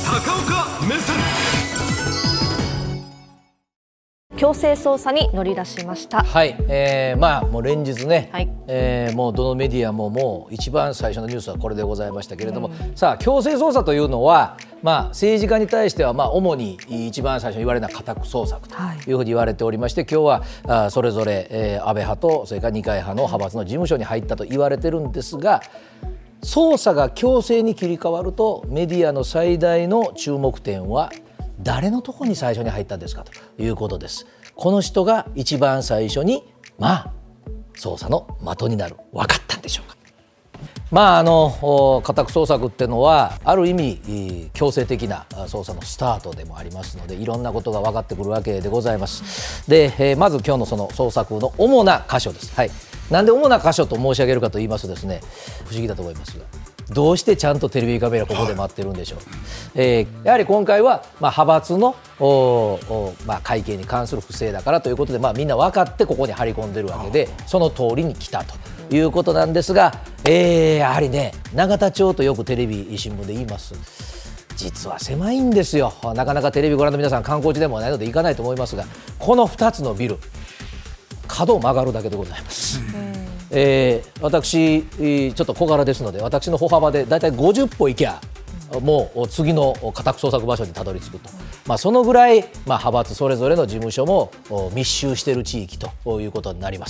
高岡目線。 強制捜査に乗り出しました。 はい、まあもう連日ね、 はいもうどのメディアももう一番最初のニュースはこれでございましたけれども、さあ強制捜査というのは、まあ、政治家に対してはまあ主に一番最初に言われるのは家宅捜索というふうに言われておりまして、今日はそれぞれ、安倍派とそれから二階派の派閥の事務所に入ったと言われてるんですが、捜査が強制に切り替わるとメディアの最大の注目点は誰のところに最初に入ったんですかということです。この人が一番最初にまあ捜査の的になる、分かったんでしょうか。まあ家宅捜索っていうのはある意味強制的な捜査のスタートでもありますので、いろんなことが分かってくるわけでございます。で、まず今日のその捜索の主な箇所です。はい、なんで主な箇所と申し上げるかと言いますとですね、不思議だと思いますが、どうしてちゃんとテレビカメラここで待ってるんでしょう。やはり今回は派閥の会計に関する不正だからということで、みんな分かってここに張り込んでるわけで、その通りに来たということなんですが、やはりね、永田町とよくテレビ新聞で言います。実は狭いんですよ。なかなかテレビご覧の皆さん観光地でもないので行かないと思いますが、この2つのビル角を曲がるだけでございます。私ちょっと小柄ですので、私の歩幅でだいたい50歩行きゃもう次の家宅捜索場所にたどり着くと、そのぐらい派閥それぞれの事務所も密集している地域ということになります。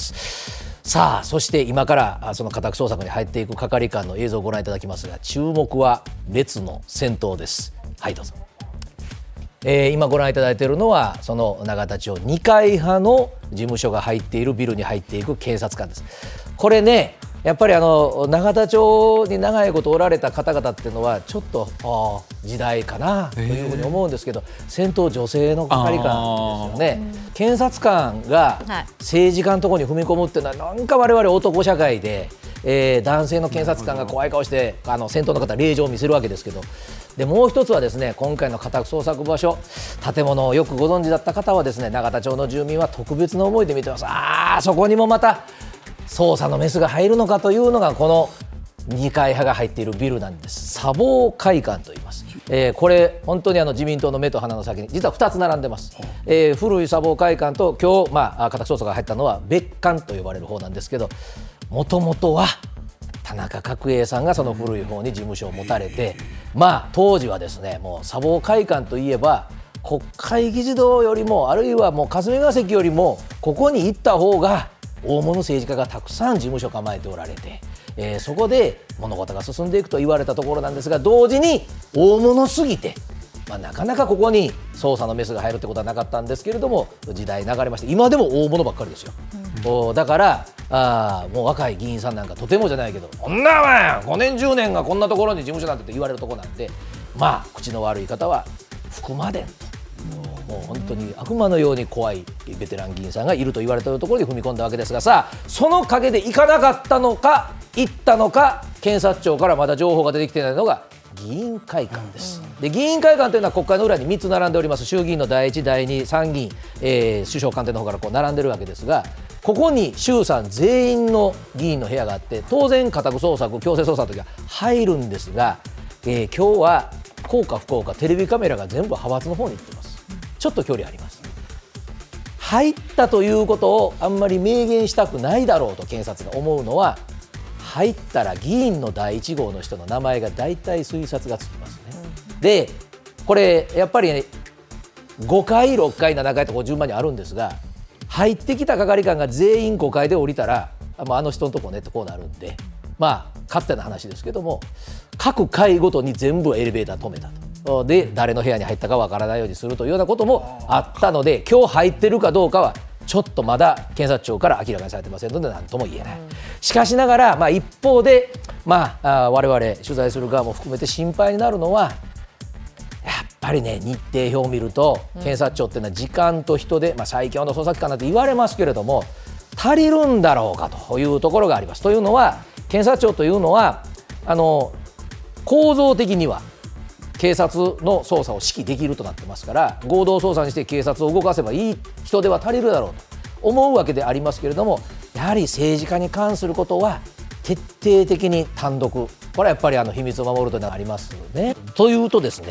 さあ、そして今からその家宅捜索に入っていく係官の映像をご覧いただきますが、注目は列の先頭です。はい、どうぞ。今ご覧いただいているのはその永田町二階派の事務所が入っているビルに入っていく警察官です。これね、やっぱり永田町に長いことおられた方々っていうのはちょっと時代かなというふうに思うんですけど、先頭女性の係官ですよね。検察官が政治家のところに踏み込むっていうのは、なんか我々男社会で、男性の検察官が怖い顔して先頭の方令状を見せるわけですけど、でもう一つはですね、今回の家宅捜索場所、建物をよくご存知だった方はですね、永田町の住民は特別な思いで見てます。そこにもまた捜査のメスが入るのかというのが、この二階派が入っているビルなんです。砂防会館と言います。これ本当に自民党の目と鼻の先に実は2つ並んでます。古い砂防会館と今日家宅捜索が入ったのは別館と呼ばれる方なんですけど、もともとは田中角栄さんがその古い方に事務所を持たれて、当時はですね、もう砂防会館といえば国会議事堂よりも、あるいはもう霞が関よりもここに行った方が大物政治家がたくさん事務所構えておられて、そこで物事が進んでいくと言われたところなんですが、同時に大物すぎて、なかなかここに捜査のメスが入るってことはなかったんですけれども、時代流れまして、今でも大物ばっかりですよ。だからもう若い議員さんなんかとてもじゃないけど、こんなわ5年10年がこんなところに事務所なんてって言われるところなんで、口の悪い方は福間伝と、もう本当に悪魔のように怖いベテラン議員さんがいると言われているところに踏み込んだわけですが、さあその陰で行かなかったのか行ったのか、検察庁からまだ情報が出てきていないのが議員会館です。で、議員会館というのは国会の裏に3つ並んでおります。衆議院の第1、第2、参議院、首相官邸の方からこう並んでるわけですが、ここに衆参全員の議員の部屋があって、当然家宅捜索、強制捜査の時は入るんですが、今日は幸か不幸かテレビカメラが全部派閥の方に行ってます。ちょっと距離あります。入ったということをあんまり明言したくないだろうと検察が思うのは、入ったら議員の第1号の人の名前が大体推察がつきますね。で、これやっぱり、5回6回7回とこう順番にあるんですが、入ってきた係官が全員5回で降りたら、あの人のとこねってこうなるんで、かつての話ですけども、各回ごとに全部エレベーター止めたと。で、誰の部屋に入ったかわからないようにするというようなこともあったので、今日入ってるかどうかはちょっとまだ検察庁から明らかにされてませんので何とも言えない。しかしながら、一方で、我々取材する側も含めて心配になるのは、やっぱりね、日程表を見ると検察庁っていうのは時間と人で、最強の捜査機関なんて言われますけれども、足りるんだろうかというところがあります。というのは、検察庁というのは構造的には警察の捜査を指揮できるとなってますから、合同捜査にして警察を動かせばいい人では足りるだろうと思うわけでありますけれども、やはり政治家に関することは徹底的に単独、これはやっぱり秘密を守るというのがありますね。というとですね、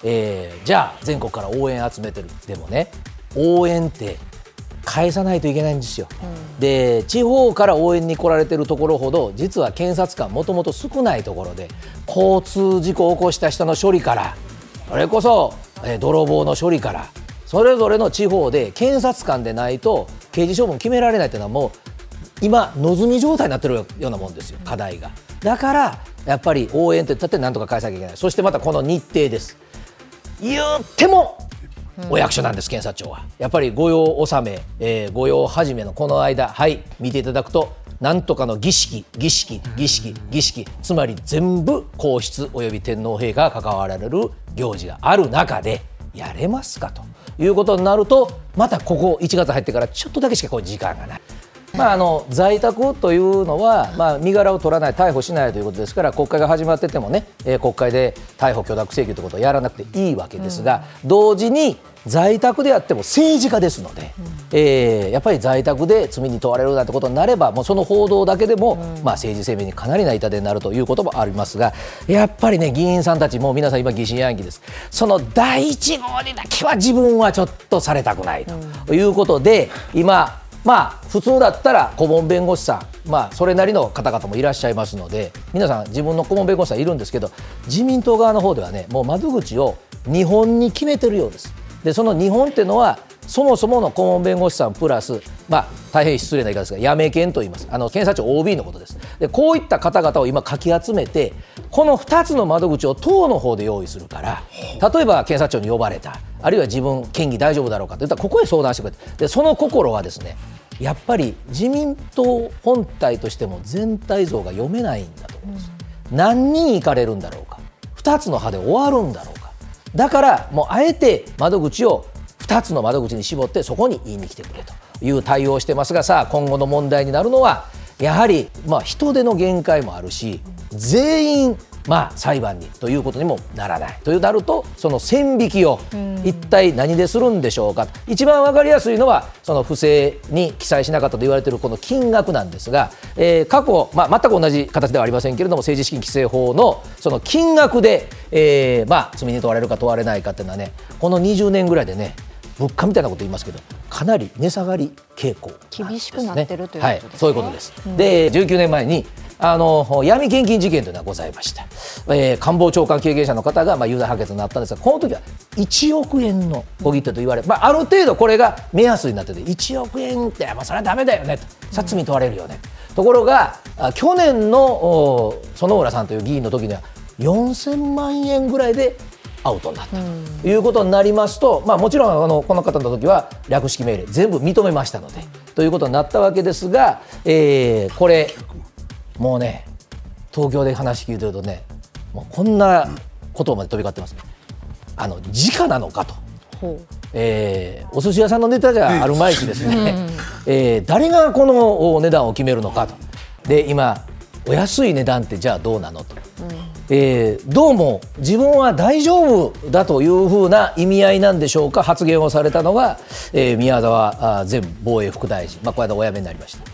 じゃあ全国から応援集めてる。でもね、応援って返さないといけないんですよ。で、地方から応援に来られてるところほど実は検察官もともと少ないところで、交通事故を起こした人の処理から、それこそ、泥棒の処理から、それぞれの地方で検察官でないと刑事処分決められないというのはもう今のぞみ状態になってるようなもんですよ、課題が。だからやっぱり応援ってだってなんとか返さなきゃいけない。そしてまたこの日程です。言ってもお役所なんです、検察庁は。やっぱり御用納め、御用始めのこの間、はい見ていただくと、なんとかの儀式、つまり全部皇室および天皇陛下が関わられる行事がある中でやれますかということになると、またここ1月入ってからちょっとだけしかこう時間がない。在宅というのは、身柄を取らない、逮捕しないということですから、国会が始まっててもね、国会で逮捕許諾請求ということをやらなくていいわけですが、同時に在宅であっても政治家ですので、やっぱり在宅で罪に問われるなんてことになれば、もうその報道だけでも、政治生命にかなりな痛手になるということもありますが、やっぱりね、議員さんたちも皆さん今疑心暗鬼です。その第1号にだけは自分はちょっとされたくないということで、今普通だったら顧問弁護士さん、それなりの方々もいらっしゃいますので、皆さん自分の顧問弁護士さんいるんですけど、自民党側の方ではね、もう窓口を2本に決めてるようです。で、その2本っていうのはそもそもの顧問弁護士さんプラス、大変失礼な言い方ですが、やめ検と言います。検察庁 OB のことです。で、こういった方々を今かき集めて、この2つの窓口を党の方で用意するから、例えば検察庁に呼ばれた、あるいは自分権益大丈夫だろうかといったらここへ相談してくれて、でその心はですね、やっぱり自民党本体としても全体像が読めないんだと思うんです。何人行かれるんだろうか、2つの派で終わるんだろうか。だからもうあえて窓口を2つの窓口に絞って、そこに言いに来てくれという対応をしてますが、さあ今後の問題になるのはやはり人手の限界もあるし、全員裁判にということにもならないとなると、その線引きを一体何でするんでしょうか。一番分かりやすいのはその不正に記載しなかったと言われているこの金額なんですが、過去、全く同じ形ではありませんけれども、政治資金規正法のその金額で、罪に問われるか問われないかっていうのはね、この20年ぐらいでね、物価みたいなこと言いますけど、かなり値下がり傾向なんですね。 厳しくなってるということですね。 そういうことです。で、19年前に闇献金事件というのがございました。官房長官経験者の方が有罪判決になったんですが、この時は1億円の小切手と言われ、ある程度これが目安になってて、1億円ってそれはダメだよねと、罪に問われるよね。ところが去年の薗浦さんという議員の時には4000万円ぐらいでアウトになったということになりますと、もちろんこの方の時は略式命令全部認めましたのでということになったわけですが、これもうね、東京で話聞いてるとね、もうこんなことまで飛び交ってます。時価なのかと、お寿司屋さんのネタじゃあるまいしですね、誰がこの値段を決めるのかと。で、今お安い値段ってじゃあどうなのと、どうも自分は大丈夫だというふうな意味合いなんでしょうか、発言をされたのが、宮沢前防衛副大臣、この間お辞めになりました。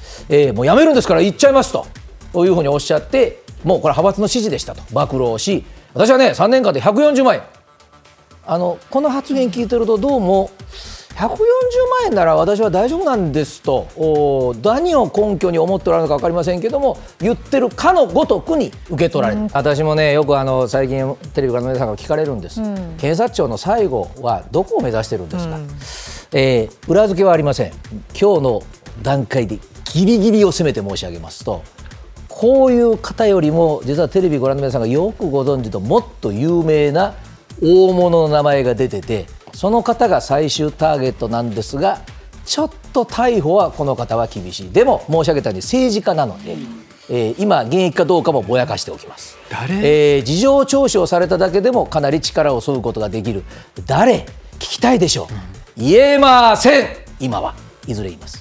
もう辞めるんですから言っちゃいますというふうにおっしゃって、もうこれ派閥の指示でしたと暴露をし、私はね3年間で140万円、この発言聞いてるとどうも140万円なら私は大丈夫なんですと、何を根拠に思っておられるのか分かりませんけども、言ってるかのごとくに受け取られる。私もね、よく最近テレビからの皆さんが聞かれるんです。検察庁の最後はどこを目指してるんですか。裏付けはありません。今日の段階でギリギリを攻めて申し上げますと、こういう方よりも実はテレビご覧の皆さんがよくご存知ともっと有名な大物の名前が出てて、その方が最終ターゲットなんですが、ちょっと逮捕はこの方は厳しい。でも申し上げたように政治家なので、今現役かどうかもぼやかしておきます。事情聴取をされただけでもかなり力を削ぐことができる。誰聞きたいでしょう、言えません。今はいずれ言います。